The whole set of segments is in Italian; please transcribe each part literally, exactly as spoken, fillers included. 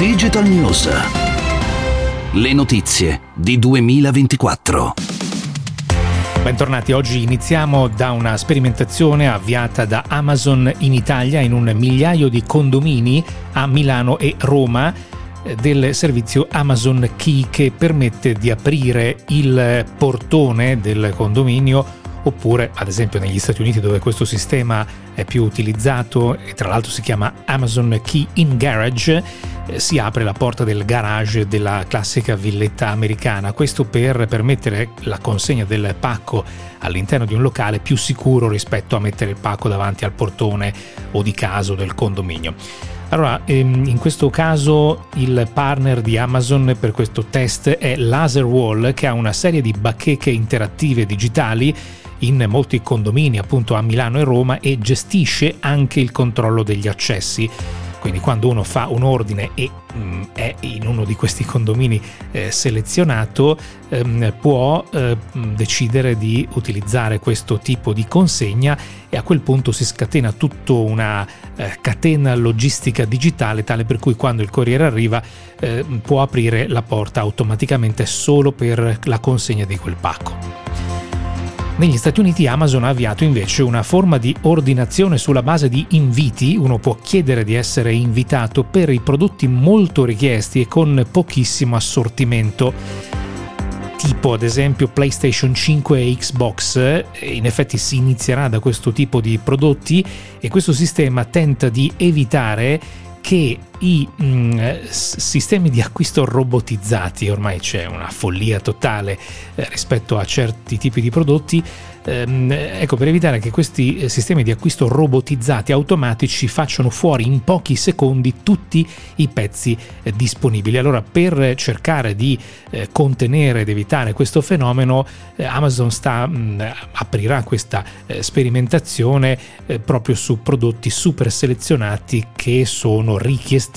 Digital News. Le notizie di duemilaventiquattro. Bentornati, oggi iniziamo da una sperimentazione avviata da Amazon in Italia in un migliaio di condomini a Milano e Roma del servizio Amazon Key, che permette di aprire il portone del condominio, oppure ad esempio negli Stati Uniti, dove questo sistema è più utilizzato e tra l'altro si chiama Amazon Key in Garage, eh, si apre la porta del garage della classica villetta americana, questo per permettere la consegna del pacco all'interno di un locale più sicuro rispetto a mettere il pacco davanti al portone o di casa o del condominio. Allora, in questo caso il partner di Amazon per questo test è Laserwall, che ha una serie di bacheche interattive digitali in molti condomini appunto a Milano e Roma e gestisce anche il controllo degli accessi. Quindi quando uno fa un ordine e mh, è in uno di questi condomini eh, selezionato, ehm, può eh, decidere di utilizzare questo tipo di consegna e a quel punto si scatena tutta una eh, catena logistica digitale, tale per cui quando il corriere arriva eh, può aprire la porta automaticamente solo per la consegna di quel pacco. Negli Stati Uniti Amazon ha avviato invece una forma di ordinazione sulla base di inviti. Uno può chiedere di essere invitato per i prodotti molto richiesti e con pochissimo assortimento, tipo ad esempio PlayStation cinque e Xbox. In effetti si inizierà da questo tipo di prodotti e questo sistema tenta di evitare che i mh, sistemi di acquisto robotizzati, ormai c'è una follia totale eh, rispetto a certi tipi di prodotti, ehm, ecco, per evitare che questi eh, sistemi di acquisto robotizzati automatici facciano fuori in pochi secondi tutti i pezzi eh, disponibili. Allora, per cercare di eh, contenere ed evitare questo fenomeno, eh, Amazon sta mh, aprirà questa eh, sperimentazione eh, proprio su prodotti super selezionati che sono richiestissimi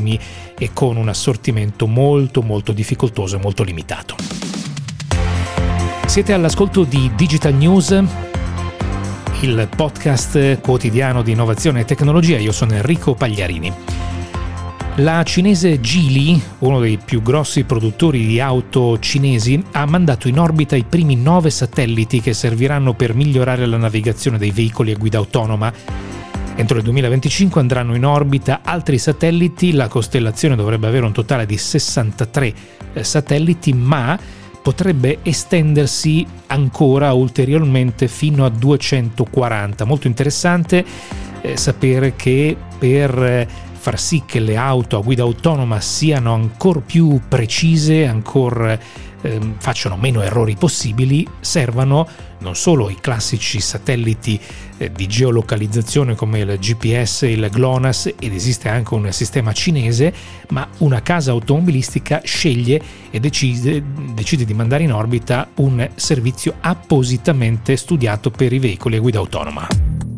e con un assortimento molto molto difficoltoso e molto limitato. Siete all'ascolto di Digital News, il podcast quotidiano di innovazione e tecnologia. Io sono Enrico Pagliarini. La cinese Geely, uno dei più grossi produttori di auto cinesi, ha mandato in orbita i primi nove satelliti che serviranno per migliorare la navigazione dei veicoli a guida autonoma. Entro il duemilaventicinque andranno in orbita altri satelliti. La costellazione dovrebbe avere un totale di sessantatré satelliti, ma potrebbe estendersi ancora ulteriormente fino a duecentoquaranta. Molto interessante eh, sapere che per far sì che le auto a guida autonoma siano ancora più precise, ancora eh, facciano meno errori possibili, servano non solo i classici satelliti eh, di geolocalizzazione come il G P S e il GLONASS, ed esiste anche un sistema cinese, ma una casa automobilistica sceglie e decide, decide di mandare in orbita un servizio appositamente studiato per i veicoli a guida autonoma.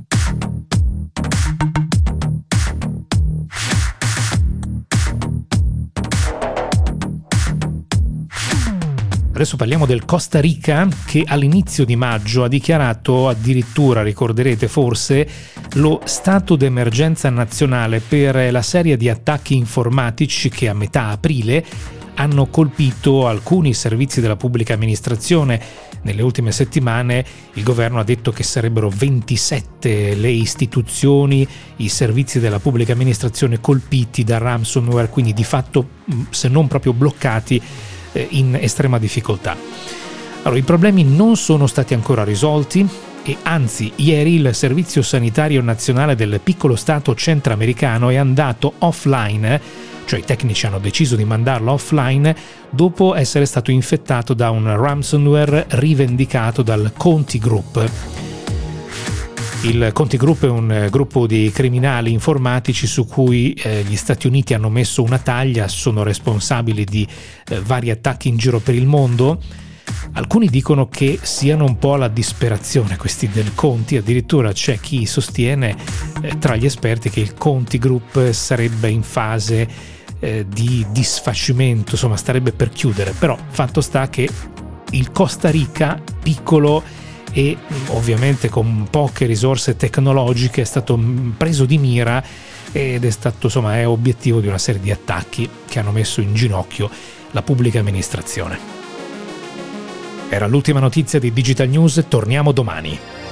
Adesso parliamo del Costa Rica, che all'inizio di maggio ha dichiarato addirittura, ricorderete forse, lo stato d'emergenza nazionale per la serie di attacchi informatici che a metà aprile hanno colpito alcuni servizi della pubblica amministrazione. Nelle ultime settimane il governo ha detto che sarebbero ventisette le istituzioni, i servizi della pubblica amministrazione colpiti da ransomware, quindi di fatto, se non proprio bloccati, in estrema difficoltà. Allora, i problemi non sono stati ancora risolti e anzi ieri il Servizio Sanitario Nazionale del piccolo stato centroamericano è andato offline, cioè i tecnici hanno deciso di mandarlo offline dopo essere stato infettato da un ransomware rivendicato dal Conti Group. Il Conti Group è un gruppo di criminali informatici su cui eh, gli Stati Uniti hanno messo una taglia, sono responsabili di eh, vari attacchi in giro per il mondo. Alcuni dicono che siano un po' la disperazione questi del Conti, addirittura c'è chi sostiene eh, tra gli esperti che il Conti Group sarebbe in fase eh, di disfacimento, insomma starebbe per chiudere, però fatto sta che il Costa Rica, piccolo e ovviamente con poche risorse tecnologiche è stato preso di mira ed è stato, insomma, è obiettivo di una serie di attacchi che hanno messo in ginocchio la pubblica amministrazione. Era l'ultima notizia di Digital News, torniamo domani.